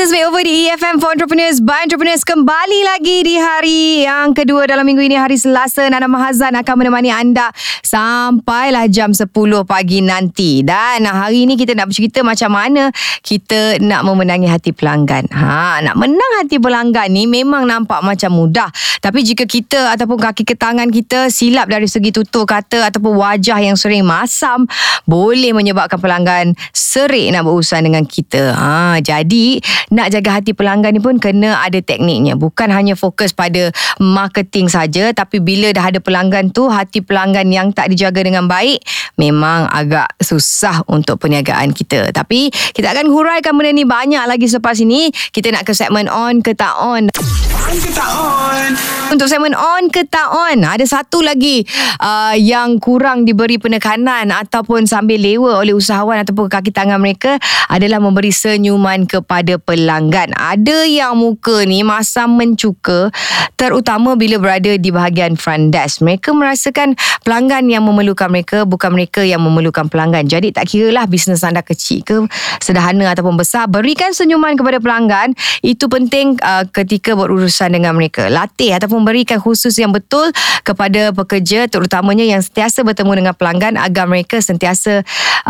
Business Makeover di EFM for Entrepreneurs by Entrepreneurs kembali lagi di hari yang kedua dalam minggu ini, hari Selasa. Nana Mahazan akan menemani anda sampailah jam 10 pagi nanti. Dan hari ini kita nak bercerita macam mana kita nak memenangi hati pelanggan. Nak menang hati pelanggan ni memang nampak macam mudah. Tapi jika kita ataupun kaki ke tangan kita silap dari segi tutur kata ataupun wajah yang sering masam, boleh menyebabkan pelanggan serik nak berurusan dengan kita. Jadi nak jaga hati pelanggan ni pun kena ada tekniknya. Bukan hanya fokus pada marketing saja, tapi bila dah ada pelanggan tu, hati pelanggan yang tak dijaga dengan baik, memang agak susah untuk perniagaan kita. Tapi kita akan huraikan benda ni banyak lagi selepas ini. Kita nak ke segmen on ke tak on. On ke tak on. Untuk segmen on ke tak on, ada satu lagi yang kurang diberi penekanan ataupun sambil lewa oleh usahawan ataupun kaki tangan mereka adalah memberi senyuman kepada pelanggan. Ada yang muka ni masam mencuka, terutama bila berada di bahagian front desk. Mereka merasakan pelanggan yang memerlukan mereka, bukan mereka yang memerlukan pelanggan. Jadi tak kiralah bisnes anda kecil ke sederhana ataupun besar, berikan senyuman kepada pelanggan. Itu penting ketika berurusan dengan mereka. Latih ataupun berikan khusus yang betul kepada pekerja, terutamanya yang sentiasa bertemu dengan pelanggan, agar mereka sentiasa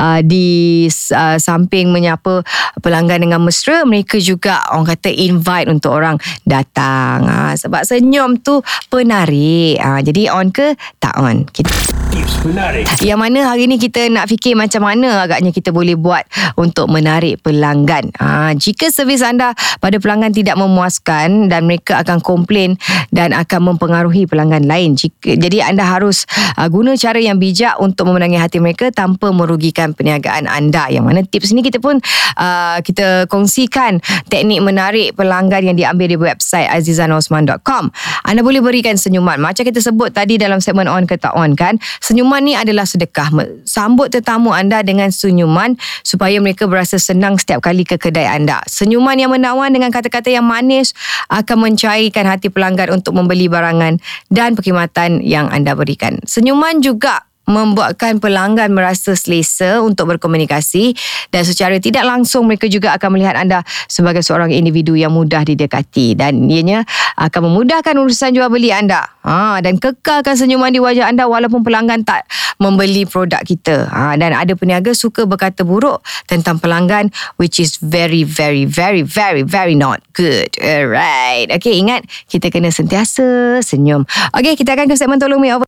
di samping menyapa pelanggan dengan mesra, mereka juga orang kata invite untuk orang datang. Sebab senyum tu penarik. Jadi on ke tak on? Tips menarik. Yang mana hari ni kita nak fikir macam mana agaknya kita boleh buat untuk menarik pelanggan. Jika servis anda pada pelanggan tidak memuaskan dan mereka akan komplain dan akan mempengaruhi pelanggan lain. Jadi anda harus guna cara yang bijak untuk memenangi hati mereka tanpa merugikan perniagaan anda. Yang mana tips ni kita pun kita kongsikan teknik menarik pelanggan yang diambil di website azizanosman.com. Anda boleh berikan senyuman. Macam kita sebut tadi dalam segmen on ke tak on kan. Senyuman ni adalah sedekah. Sambut tetamu anda dengan senyuman supaya mereka berasa senang setiap kali ke kedai anda. Senyuman yang menawan dengan kata-kata yang manis akan mencairkan hati pelanggan untuk membeli barangan dan perkhidmatan yang anda berikan. Senyuman juga membuatkan pelanggan merasa selesa untuk berkomunikasi, dan secara tidak langsung mereka juga akan melihat anda sebagai seorang individu yang mudah didekati, dan ianya akan memudahkan urusan jual beli anda. Dan kekalkan senyuman di wajah anda walaupun pelanggan tak membeli produk kita. Dan ada peniaga suka berkata buruk tentang pelanggan, which is very very very very very not good. Alright. Okay, ingat kita kena sentiasa senyum. Okay, kita akan ke segmen Tolong Me Over.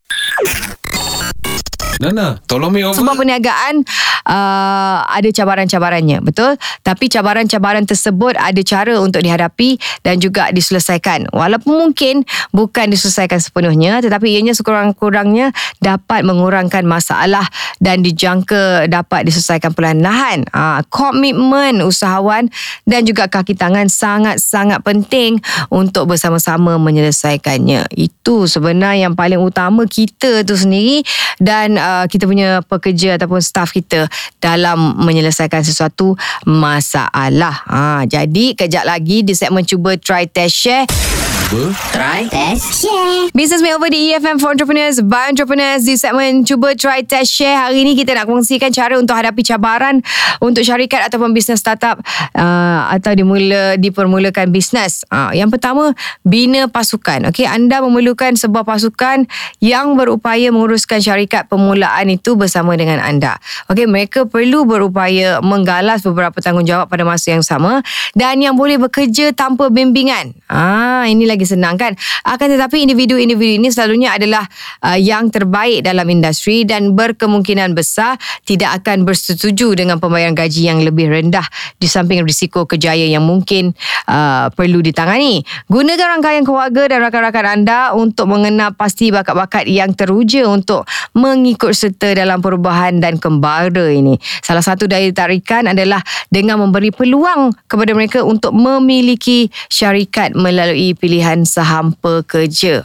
Nana, tolong me over. Sebab perniagaan ada cabaran-cabarannya, betul? Tapi cabaran-cabaran tersebut ada cara untuk dihadapi dan juga diselesaikan. Walaupun mungkin bukan diselesaikan sepenuhnya, tetapi ianya sekurang-kurangnya dapat mengurangkan masalah dan dijangka dapat diselesaikan perlahan-lahan. Komitmen usahawan dan juga kaki tangan sangat-sangat penting untuk bersama-sama menyelesaikannya. Itu sebenarnya yang paling utama kita tu sendiri dan kita punya pekerja ataupun staff kita dalam menyelesaikan sesuatu masalah. Jadi kejap lagi di segmen Cuba Try Test Share. Try Test Share. Business Makeover di EFM for Entrepreneurs by Entrepreneurs. Di segmen Cuba Try Test Share hari ini kita nak kongsikan cara untuk hadapi cabaran untuk syarikat ataupun bisnes startup atau dipermulakan bisnes. Yang pertama, bina pasukan. Okey, anda memerlukan sebuah pasukan yang berupaya menguruskan syarikat permulaan itu bersama dengan anda. Okey, mereka perlu berupaya menggalas beberapa tanggungjawab pada masa yang sama dan yang boleh bekerja tanpa bimbingan. Ini lagi senang kan? Akan tetapi individu-individu ini selalunya adalah yang terbaik dalam industri dan berkemungkinan besar tidak akan bersetuju dengan pembayaran gaji yang lebih rendah di samping risiko kejayaan yang mungkin perlu ditangani. Gunakan rangkaian keluarga dan rakan-rakan anda untuk mengenal pasti bakat-bakat yang teruja untuk mengikut serta dalam perubahan dan kembara ini. Salah satu daya tarikan adalah dengan memberi peluang kepada mereka untuk memiliki syarikat melalui pilihan pembelian saham pekerja.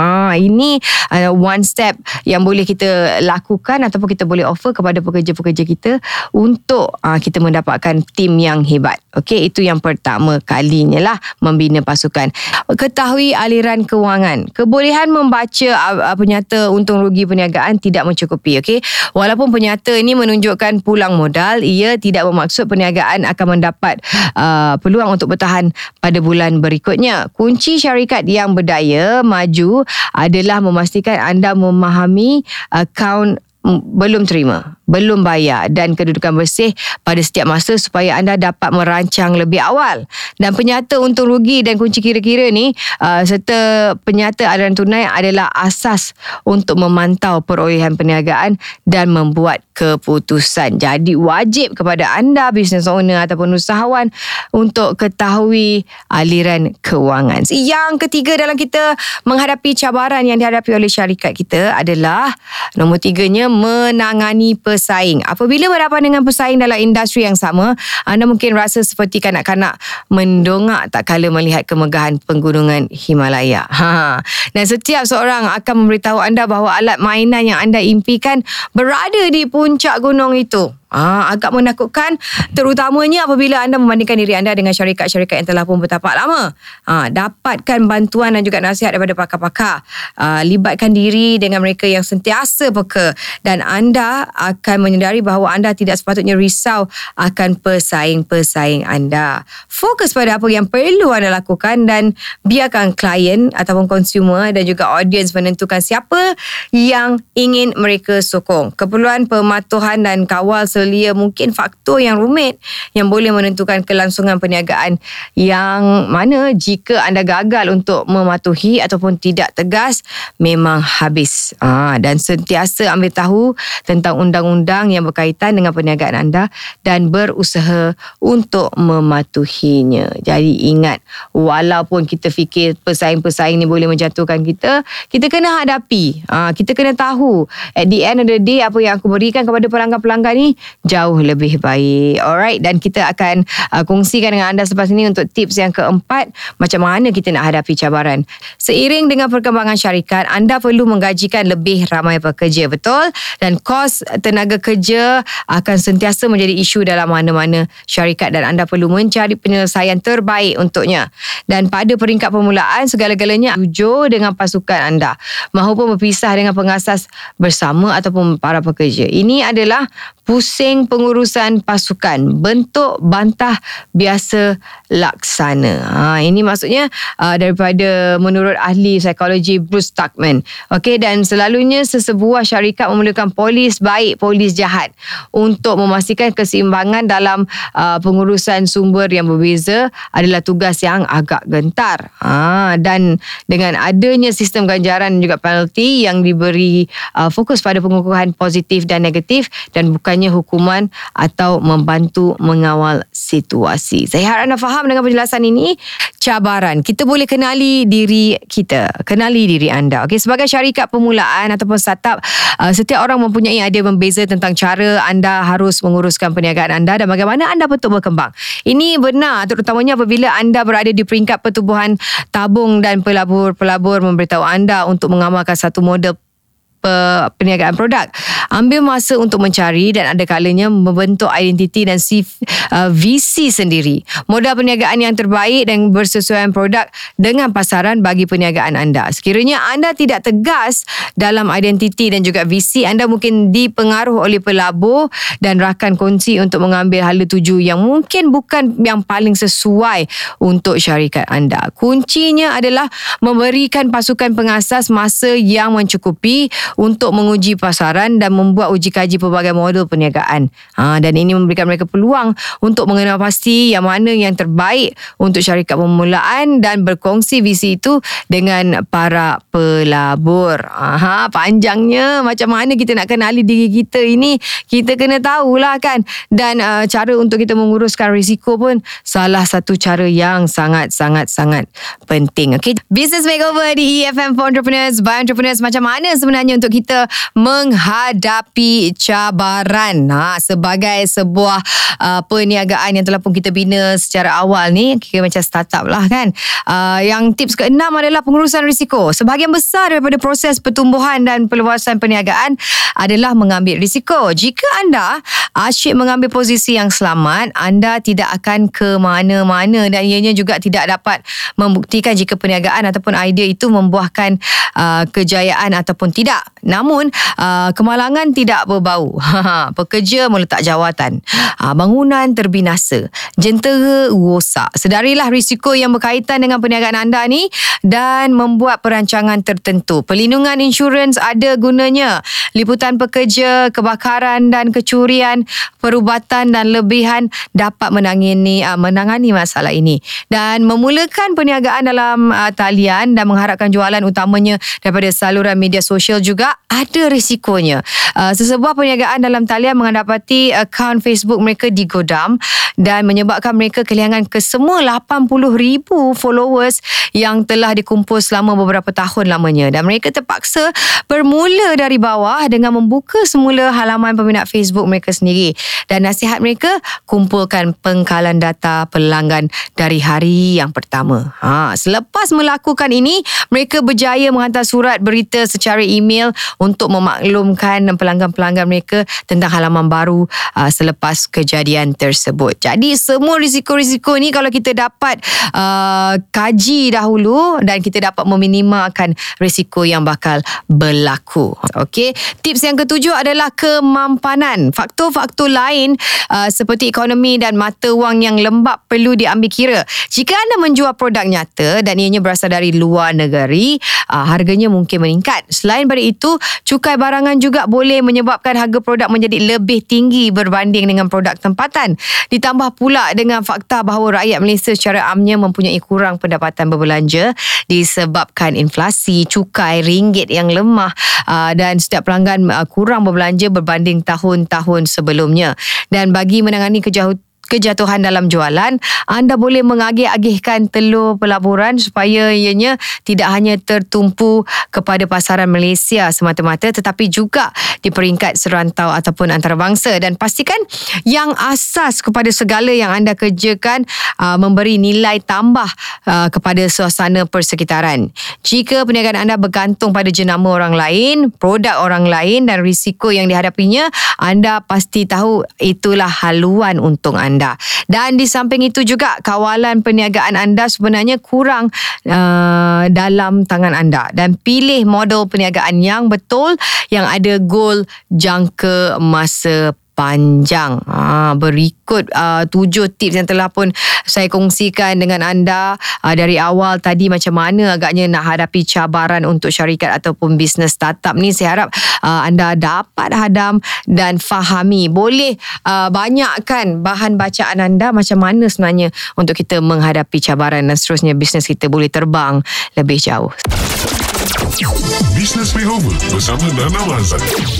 Ini one step yang boleh kita lakukan ataupun kita boleh offer kepada pekerja-pekerja kita untuk kita mendapatkan tim yang hebat. Okey, itu yang pertama kalinya lah membina pasukan. Ketahui aliran kewangan. Kebolehan membaca penyata untung rugi perniagaan tidak mencukupi. Okey, walaupun penyata ini menunjukkan pulang modal, ia tidak bermaksud perniagaan akan mendapat peluang untuk bertahan pada bulan berikutnya. Kunci syarikat yang berdaya maju adalah memastikan anda memahami akaun belum terima, belum bayar dan kedudukan bersih pada setiap masa supaya anda dapat merancang lebih awal. Dan penyata untung rugi dan kunci kira-kira ni serta penyata aliran tunai adalah asas untuk memantau perolehan perniagaan dan membuat keputusan. Jadi wajib kepada anda business owner ataupun usahawan untuk ketahui aliran kewangan. Yang ketiga dalam kita menghadapi cabaran yang dihadapi oleh syarikat kita adalah nombor 3-nya, menangani pesaing. Apabila berhadapan dengan pesaing dalam industri yang sama, anda mungkin rasa seperti kanak-kanak mendongak tak kala melihat kemegahan pegunungan Himalaya. Dan setiap seorang akan memberitahu anda bahawa alat mainan yang anda impikan berada di puncak gunung itu. Agak menakutkan, terutamanya apabila anda membandingkan diri anda dengan syarikat-syarikat yang telah pun bertapak lama. Dapatkan bantuan dan juga nasihat daripada pakar-pakar. Libatkan diri dengan mereka yang sentiasa peka dan anda akan menyedari bahawa anda tidak sepatutnya risau akan pesaing-pesaing anda. Fokus pada apa yang perlu anda lakukan dan biarkan klien ataupun consumer dan juga audience menentukan siapa yang ingin mereka sokong. Keperluan pematuhan dan kawal selia mungkin faktor yang rumit yang boleh menentukan kelangsungan perniagaan, yang mana jika anda gagal untuk mematuhi ataupun tidak tegas, memang habis. Dan sentiasa ambil tahu tentang undang-undang yang berkaitan dengan perniagaan anda dan berusaha untuk mematuhinya. Jadi ingat, walaupun kita fikir pesaing-pesaing ni boleh menjatuhkan kita, kita kena hadapi. Kita kena tahu at the end of the day apa yang aku berikan kepada pelanggan-pelanggan ni jauh lebih baik. Alright, dan kita akan kongsikan dengan anda selepas ini untuk tips yang keempat, macam mana kita nak hadapi cabaran. Seiring dengan perkembangan syarikat, anda perlu menggajikan lebih ramai pekerja, betul? Dan kos tenaga kerja akan sentiasa menjadi isu dalam mana-mana syarikat dan anda perlu mencari penyelesaian terbaik untuknya. Dan pada peringkat permulaan, segala-galanya jujur dengan pasukan anda mahupun berpisah dengan pengasas bersama ataupun para pekerja. Ini adalah pusing pengurusan pasukan, bentuk bantah biasa laksana. Ini maksudnya daripada menurut ahli psikologi Bruce Tuckman. Okey, dan selalunya sesebuah syarikat memerlukan polis baik, polis jahat untuk memastikan keseimbangan dalam pengurusan sumber yang berbeza adalah tugas yang agak gentar. Dan dengan adanya sistem ganjaran dan juga penalti yang diberi fokus pada pengukuhan positif dan negatif dan bukannya hukuman atau membantu mengawal situasi. Saya harap anda faham dengan penjelasan ini. Cabaran, kita boleh kenali diri kita, kenali diri anda. Okey, sebagai syarikat permulaan ataupun startup, setiap orang mempunyai idea membeza tentang cara anda harus menguruskan perniagaan anda dan bagaimana anda betul berkembang. Ini benar terutamanya apabila anda berada di peringkat pertubuhan tabung dan pelabur-pelabur memberitahu anda untuk mengamalkan satu model perniagaan produk. Ambil masa untuk mencari dan ada kalanya membentuk identiti dan visi sendiri. Modal perniagaan yang terbaik dan bersesuaian produk dengan pasaran bagi perniagaan anda. Sekiranya anda tidak tegas dalam identiti dan juga visi, anda mungkin dipengaruh oleh pelabur dan rakan kongsi untuk mengambil hala tuju yang mungkin bukan yang paling sesuai untuk syarikat anda. Kuncinya adalah memberikan pasukan pengasas masa yang mencukupi untuk menguji pasaran dan membuat uji kaji pelbagai model perniagaan. Dan ini memberikan mereka peluang untuk mengenal pasti yang mana yang terbaik untuk syarikat permulaan dan berkongsi visi itu dengan para pelabur. Panjangnya macam mana kita nak kenali diri kita ini, kita kena tahulah kan. Dan cara untuk kita menguruskan risiko pun salah satu cara yang sangat-sangat penting. Okay? Business Makeover di EFM for Entrepreneurs by Entrepreneurs. Macam mana sebenarnya untuk untuk kita menghadapi cabaran. Sebagai sebuah perniagaan yang telah pun kita bina secara awal ni, kira macam startup lah kan. Yang tips ke-6 adalah pengurusan risiko. Sebahagian besar daripada proses pertumbuhan dan perluasan perniagaan adalah mengambil risiko. Jika anda asyik mengambil posisi yang selamat, anda tidak akan ke mana-mana dan ianya juga tidak dapat membuktikan jika perniagaan ataupun idea itu membuahkan kejayaan ataupun tidak. Namun kemalangan tidak berbau. Pekerja meletak jawatan, bangunan terbinasa, jentera rosak. Sedarilah risiko yang berkaitan dengan perniagaan anda ni dan membuat perancangan tertentu. Perlindungan insurans ada gunanya. Liputan pekerja, kebakaran dan kecurian, perubatan dan lebihan dapat menangani masalah ini. Dan memulakan perniagaan dalam talian dan mengharapkan jualan utamanya daripada saluran media sosial juga ada risikonya. Sesebuah perniagaan dalam talian mendapati akaun Facebook mereka digodam dan menyebabkan mereka kehilangan kesemua 80,000 followers yang telah dikumpul selama beberapa tahun lamanya. Dan mereka terpaksa bermula dari bawah dengan membuka semula halaman peminat Facebook mereka sendiri. Dan nasihat mereka, kumpulkan pengkalan data pelanggan dari hari yang pertama. Selepas melakukan ini, mereka berjaya menghantar surat berita secara email untuk memaklumkan pelanggan-pelanggan mereka tentang halaman baru selepas kejadian tersebut. Jadi semua risiko-risiko ni kalau kita dapat kaji dahulu dan kita dapat meminimalkan risiko yang bakal berlaku. Okey, tips yang ketujuh adalah kemampanan. Faktor-faktor lain seperti ekonomi dan mata wang yang lembap perlu diambil kira. Jika anda menjual produk nyata dan ianya berasal dari luar negeri, harganya mungkin meningkat. Selain daripada itu, cukai barangan juga boleh menyebabkan harga produk menjadi lebih tinggi berbanding dengan produk tempatan. Ditambah pula dengan fakta bahawa rakyat Malaysia secara amnya mempunyai kurang pendapatan berbelanja disebabkan inflasi, cukai ringgit yang lemah dan setiap pelanggan kurang berbelanja berbanding tahun-tahun sebelumnya. Dan bagi menangani kejatuhan dalam jualan, anda boleh mengagih-agihkan telur pelaburan supaya ianya tidak hanya tertumpu kepada pasaran Malaysia semata-mata tetapi juga di peringkat serantau ataupun antarabangsa. Dan pastikan yang asas kepada segala yang anda kerjakan memberi nilai tambah kepada suasana persekitaran. Jika perniagaan anda bergantung pada jenama orang lain, produk orang lain dan risiko yang dihadapinya, anda pasti tahu itulah haluan untung anda. Dan di samping itu juga kawalan perniagaan anda sebenarnya kurang dalam tangan anda. Dan pilih model perniagaan yang betul, yang ada goal jangka masa panjang. Berikut 7 tips yang telah pun saya kongsikan dengan anda dari awal tadi, macam mana agaknya nak hadapi cabaran untuk syarikat ataupun bisnes startup ni. Saya harap anda dapat hadam dan fahami. Boleh banyakkan bahan bacaan anda macam mana sebenarnya untuk kita menghadapi cabaran dan seterusnya bisnes kita boleh terbang lebih jauh. Business Makeover bersama Nana Mazan.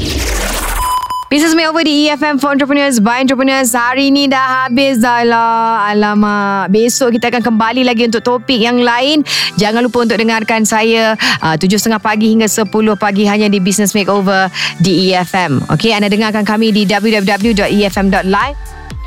Business Makeover di EFM for Entrepreneurs by Entrepreneurs. Hari ni dah habis dah lah. Alamak. Besok kita akan kembali lagi untuk topik yang lain. Jangan lupa untuk dengarkan saya 7.30 pagi hingga 10 pagi hanya di Business Makeover di EFM. Okey, anda dengarkan kami di www.efm.live.